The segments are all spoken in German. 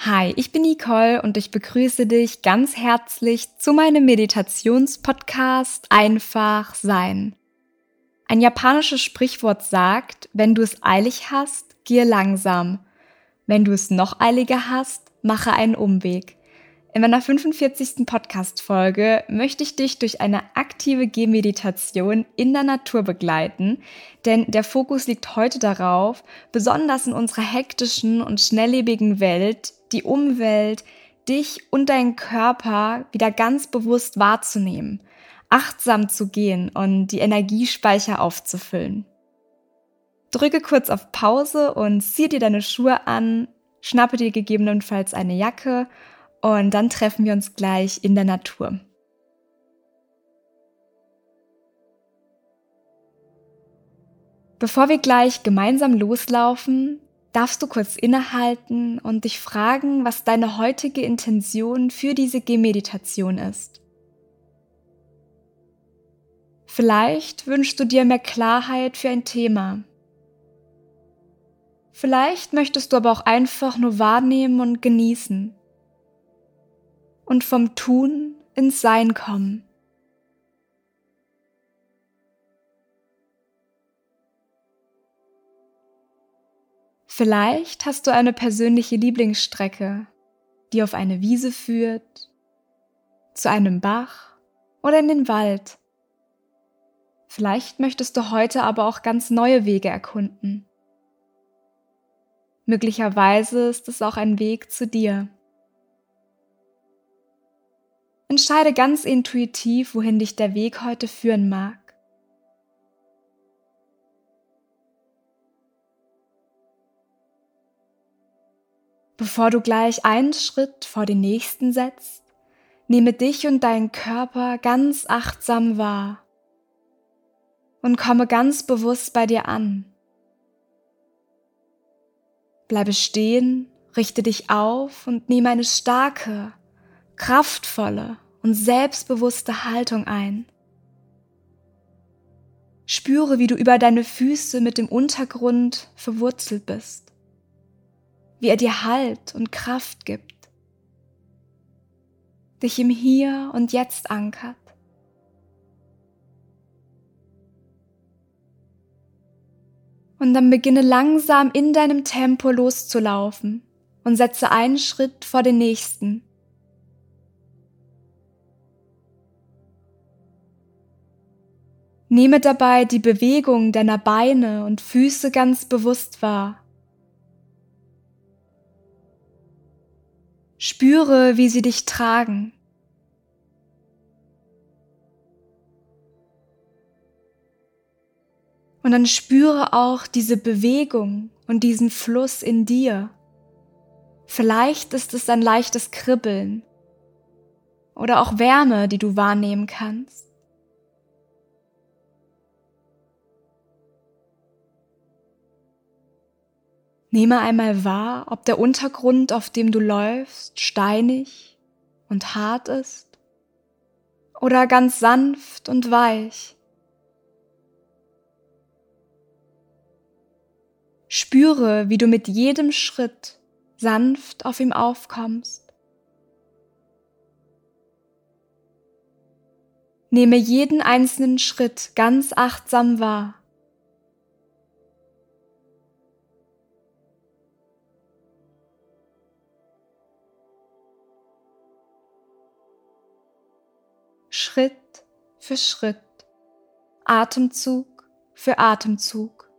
Hi, ich bin Nicole und ich begrüße dich ganz herzlich zu meinem Meditationspodcast Einfach Sein. Ein japanisches Sprichwort sagt, wenn du es eilig hast, gehe langsam. Wenn du es noch eiliger hast, mache einen Umweg. In meiner 45. Podcast-Folge möchte ich dich durch eine aktive Gehmeditation in der Natur begleiten, denn der Fokus liegt heute darauf, besonders in unserer hektischen und schnelllebigen Welt, die Umwelt, dich und deinen Körper wieder ganz bewusst wahrzunehmen, achtsam zu gehen und die Energiespeicher aufzufüllen. Drücke kurz auf Pause und zieh dir deine Schuhe an, schnappe dir gegebenenfalls eine Jacke und dann treffen wir uns gleich in der Natur. Bevor wir gleich gemeinsam loslaufen, darfst du kurz innehalten und dich fragen, was deine heutige Intention für diese Gehmeditation ist. Vielleicht wünschst du dir mehr Klarheit für ein Thema. Vielleicht möchtest du aber auch einfach nur wahrnehmen und genießen. Und vom Tun ins Sein kommen. Vielleicht hast du eine persönliche Lieblingsstrecke, die auf eine Wiese führt, zu einem Bach oder in den Wald. Vielleicht möchtest du heute aber auch ganz neue Wege erkunden. Möglicherweise ist es auch ein Weg zu dir. Entscheide ganz intuitiv, wohin dich der Weg heute führen mag. Bevor du gleich einen Schritt vor den nächsten setzt, nehme dich und deinen Körper ganz achtsam wahr und komme ganz bewusst bei dir an. Bleibe stehen, richte dich auf und nehme eine starke, kraftvolle und selbstbewusste Haltung ein. Spüre, wie du über deine Füße mit dem Untergrund verwurzelt bist, wie er dir Halt und Kraft gibt, dich im Hier und Jetzt ankert. Und dann beginne langsam in deinem Tempo loszulaufen und setze einen Schritt vor den nächsten. Nehme dabei die Bewegung deiner Beine und Füße ganz bewusst wahr. Spüre, wie sie dich tragen. Und dann spüre auch diese Bewegung und diesen Fluss in dir. Vielleicht ist es ein leichtes Kribbeln oder auch Wärme, die du wahrnehmen kannst. Nehme einmal wahr, ob der Untergrund, auf dem du läufst, steinig und hart ist oder ganz sanft und weich. Spüre, wie du mit jedem Schritt sanft auf ihm aufkommst. Nehme jeden einzelnen Schritt ganz achtsam wahr. Schritt für Schritt, Atemzug für Atemzug.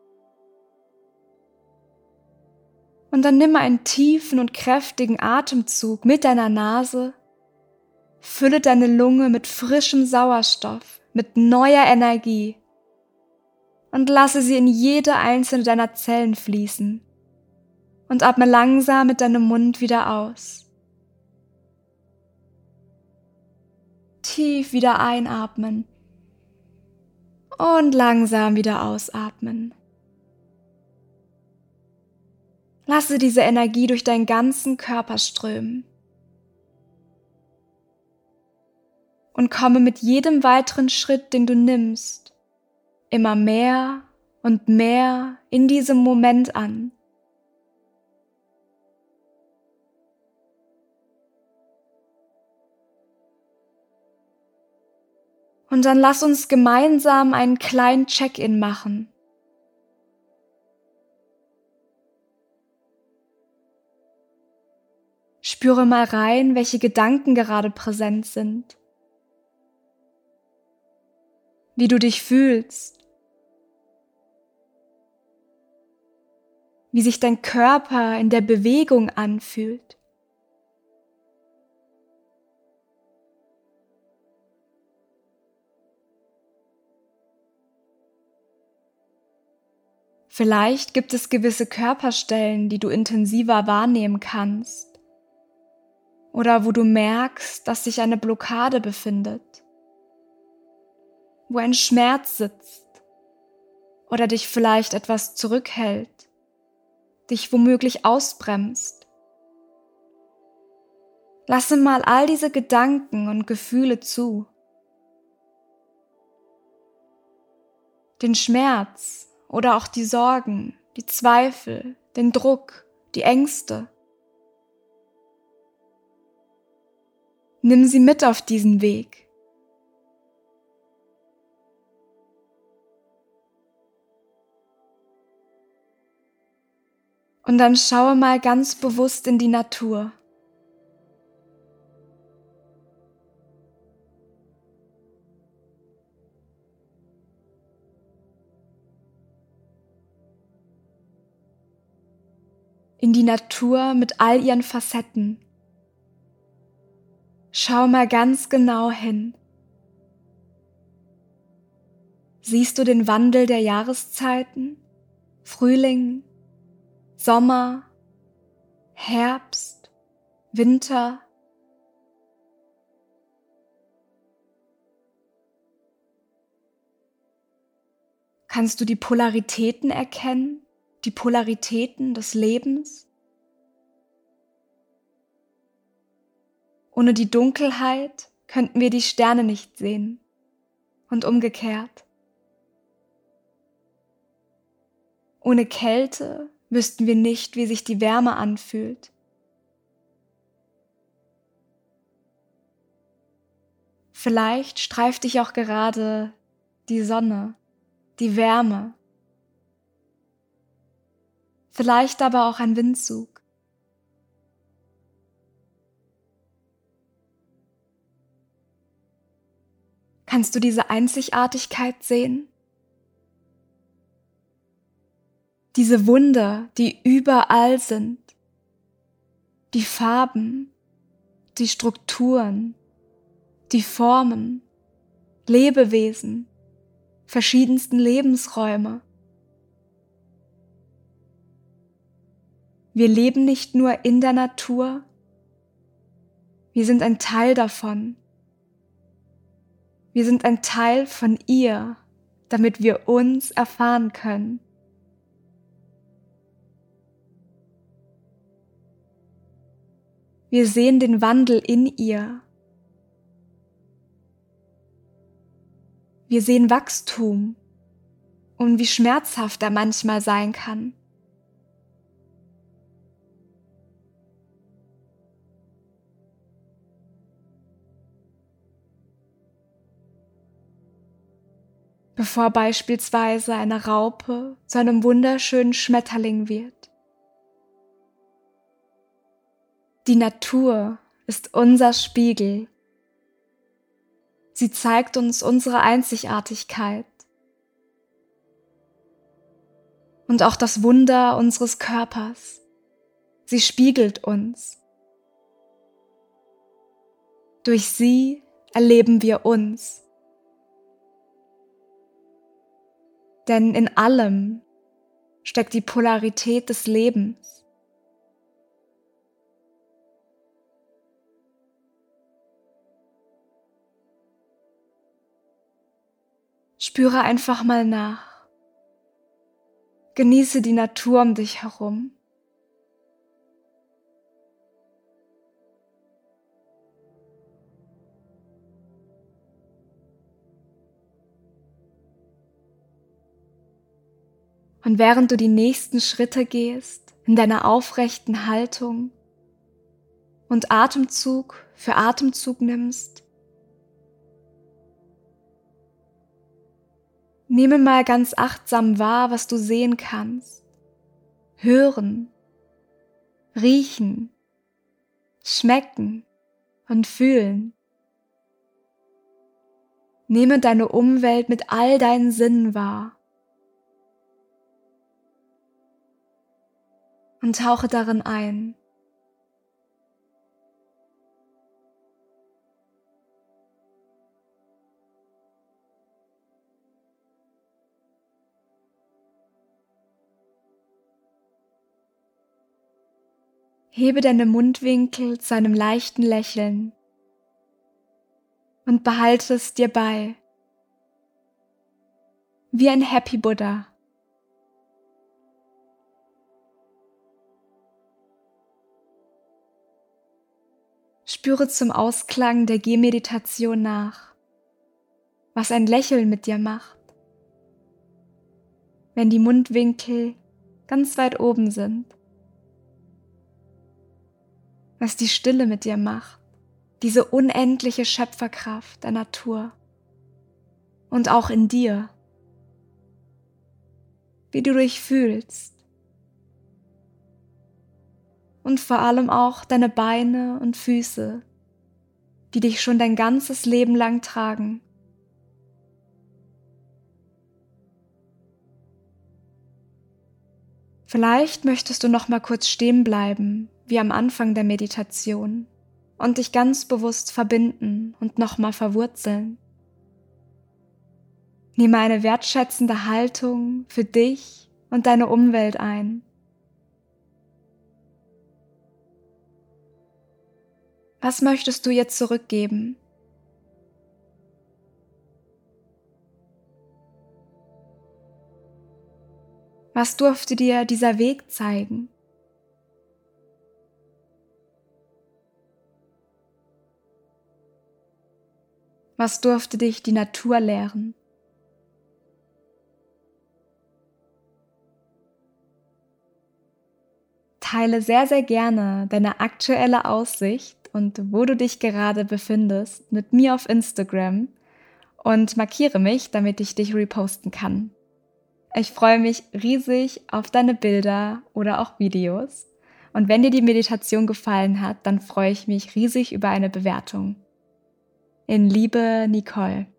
Und dann nimm einen tiefen und kräftigen Atemzug mit deiner Nase, fülle deine Lunge mit frischem Sauerstoff, mit neuer Energie und lasse sie in jede einzelne deiner Zellen fließen und atme langsam mit deinem Mund wieder aus. Tief wieder einatmen und langsam wieder ausatmen. Lasse diese Energie durch deinen ganzen Körper strömen und komme mit jedem weiteren Schritt, den du nimmst, immer mehr und mehr in diesem Moment an. Und dann lass uns gemeinsam einen kleinen Check-in machen. Spüre mal rein, welche Gedanken gerade präsent sind, wie du dich fühlst, wie sich dein Körper in der Bewegung anfühlt. Vielleicht gibt es gewisse Körperstellen, die du intensiver wahrnehmen kannst oder wo du merkst, dass sich eine Blockade befindet, wo ein Schmerz sitzt oder dich vielleicht etwas zurückhält, dich womöglich ausbremst. Lasse mal all diese Gedanken und Gefühle zu. Den Schmerz oder auch die Sorgen, die Zweifel, den Druck, die Ängste. Nimm sie mit auf diesen Weg. Und dann schaue mal ganz bewusst in die Natur. In die Natur mit all ihren Facetten. Schau mal ganz genau hin. Siehst du den Wandel der Jahreszeiten? Frühling, Sommer, Herbst, Winter? Kannst du die Polaritäten erkennen? Die Polaritäten des Lebens? Ohne die Dunkelheit könnten wir die Sterne nicht sehen und umgekehrt. Ohne Kälte wüssten wir nicht, wie sich die Wärme anfühlt. Vielleicht streift dich auch gerade die Sonne, die Wärme, vielleicht aber auch ein Windzug. Kannst du diese Einzigartigkeit sehen? Diese Wunder, die überall sind. Die Farben, die Strukturen, die Formen, Lebewesen, verschiedensten Lebensräume. Wir leben nicht nur in der Natur, wir sind ein Teil davon. Wir sind ein Teil von ihr, damit wir uns erfahren können. Wir sehen den Wandel in ihr. Wir sehen Wachstum und wie schmerzhaft er manchmal sein kann. Bevor beispielsweise eine Raupe zu einem wunderschönen Schmetterling wird. Die Natur ist unser Spiegel. Sie zeigt uns unsere Einzigartigkeit und auch das Wunder unseres Körpers. Sie spiegelt uns. Durch sie erleben wir uns. Denn in allem steckt die Polarität des Lebens. Spüre einfach mal nach. Genieße die Natur um dich herum. Und während du die nächsten Schritte gehst, in deiner aufrechten Haltung und Atemzug für Atemzug nimmst, Nehme mal ganz achtsam wahr, was du sehen kannst, hören, riechen, schmecken und fühlen. Nehme deine Umwelt mit all deinen Sinnen wahr und tauche darin ein. Hebe deine Mundwinkel zu einem leichten Lächeln und behalte es dir bei, wie ein Happy Buddha. Spüre zum Ausklang der Gehmeditation nach, was ein Lächeln mit dir macht, wenn die Mundwinkel ganz weit oben sind, was die Stille mit dir macht, diese unendliche Schöpferkraft der Natur und auch in dir, wie du dich fühlst und vor allem auch deine Beine und Füße, die dich schon dein ganzes Leben lang tragen. Vielleicht möchtest du noch mal kurz stehen bleiben, wie am Anfang der Meditation, und dich ganz bewusst verbinden und noch mal verwurzeln. Nehme eine wertschätzende Haltung für dich und deine Umwelt ein. Was möchtest du jetzt zurückgeben? Was durfte dir dieser Weg zeigen? Was durfte dich die Natur lehren? Teile sehr, sehr gerne deine aktuelle Aussicht und wo du dich gerade befindest mit mir auf Instagram und markiere mich, damit ich dich reposten kann. Ich freue mich riesig auf deine Bilder oder auch Videos. Und wenn dir die Meditation gefallen hat, dann freue ich mich riesig über eine Bewertung. In Liebe, Nicole.